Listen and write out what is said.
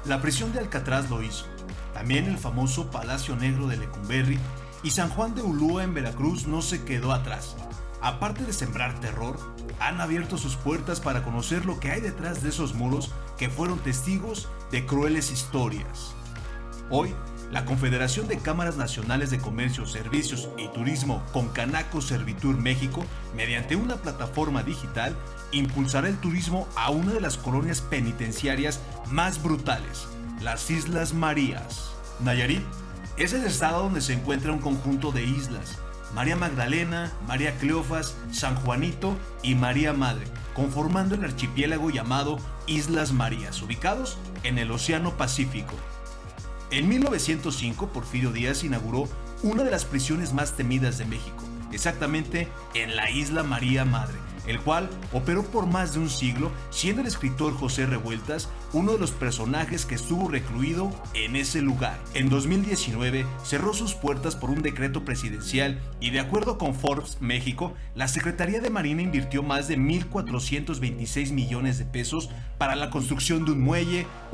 La prisión de Alcatraz lo hizo, también el famoso Palacio Negro de Lecumberri, y San Juan de Ulúa en Veracruz no se quedó atrás. Aparte de sembrar terror, han abierto sus puertas para conocer lo que hay detrás de esos muros que fueron testigos de crueles historias. Hoy, la Confederación de Cámaras Nacionales de Comercio, Servicios y Turismo Concanaco Servitur México, mediante una plataforma digital, impulsará el turismo a una de las colonias penitenciarias más brutales, las Islas Marías. Nayarit es el estado donde se encuentra un conjunto de islas: María Magdalena, María Cleofas, San Juanito y María Madre, conformando el archipiélago llamado Islas Marías, ubicados en el Océano Pacífico. En 1905, Porfirio Díaz inauguró una de las prisiones más temidas de México, exactamente en la Isla María Madre, el cual operó por más de un siglo, siendo el escritor José Revueltas uno de los personajes que estuvo recluido en ese lugar. En 2019 cerró sus puertas por un decreto presidencial y, de acuerdo con Forbes México, la Secretaría de Marina invirtió más de 1,426 millones de pesos para la construcción de un muelle,